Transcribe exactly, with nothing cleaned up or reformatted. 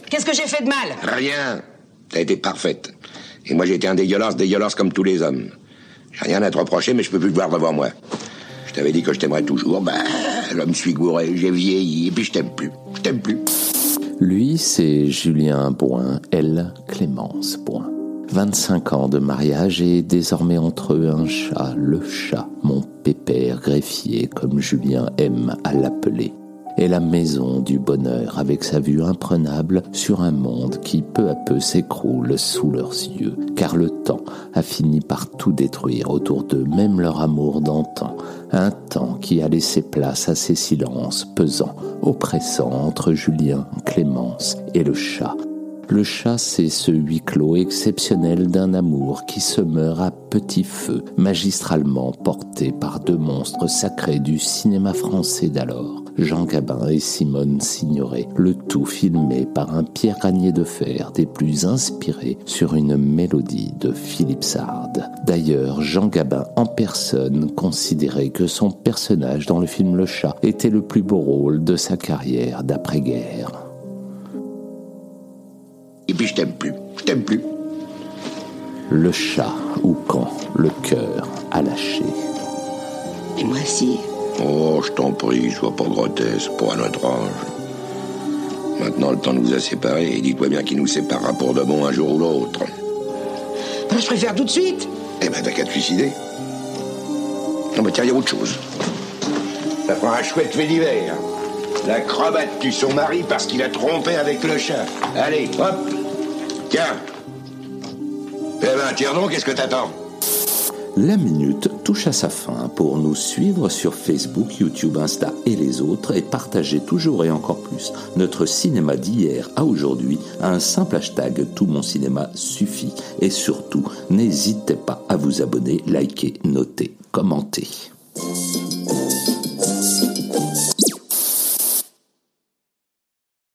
Qu'est-ce que j'ai fait de mal? Rien. T'as été parfaite. Et moi, j'ai été un dégueulasse, dégueulasse comme tous les hommes. J'ai rien à te reprocher, mais je peux plus te voir devant moi. Je t'avais dit que je t'aimerais toujours. Ben, l'homme suis gouré, j'ai vieilli, et puis je t'aime plus. Je t'aime plus. Lui, c'est Julien Boin, elle, Clémence Boin. vingt-cinq ans de mariage et désormais entre eux un chat, le chat, mon pépère greffier, comme Julien aime à l'appeler. Et la maison du bonheur avec sa vue imprenable sur un monde qui peu à peu s'écroule sous leurs yeux, car le temps a fini par tout détruire autour d'eux, même leur amour d'antan, un temps qui a laissé place à ces silences pesants, oppressants entre Julien, Clémence et le chat. Le chat, c'est ce huis clos exceptionnel d'un amour qui se meurt à petit feu, magistralement porté par deux monstres sacrés du cinéma français d'alors, Jean Gabin et Simone Signoret, le tout filmé par un Pierre Ranier de Fer des plus inspirés sur une mélodie de Philippe Sard. D'ailleurs, Jean Gabin en personne considérait que son personnage dans le film Le Chat était le plus beau rôle de sa carrière d'après-guerre. Et puis je t'aime plus, je t'aime plus. Le chat, ou quand le cœur a lâché. Et moi si. Oh, je t'en prie, sois pas grotesque, pour à notre âge. Maintenant, le temps nous a séparés, et dis-toi bien qu'il nous séparera pour de bon un jour ou l'autre. Ben, je préfère tout de suite. Eh ben, t'as qu'à te suicider. Non, mais tiens, il y a autre chose. Ça fera un chouette fait d'hiver. L'acrobate tue son mari parce qu'il a trompé avec le chat. Allez, hop. Tiens. Eh ben, tire donc, qu'est-ce que t'attends? La minute touche à sa fin. Pour nous suivre sur Facebook, YouTube, Insta et les autres et partager toujours et encore plus notre cinéma d'hier à aujourd'hui, un simple hashtag Tout mon cinéma suffit. Et surtout, n'hésitez pas à vous abonner, liker, noter, commenter.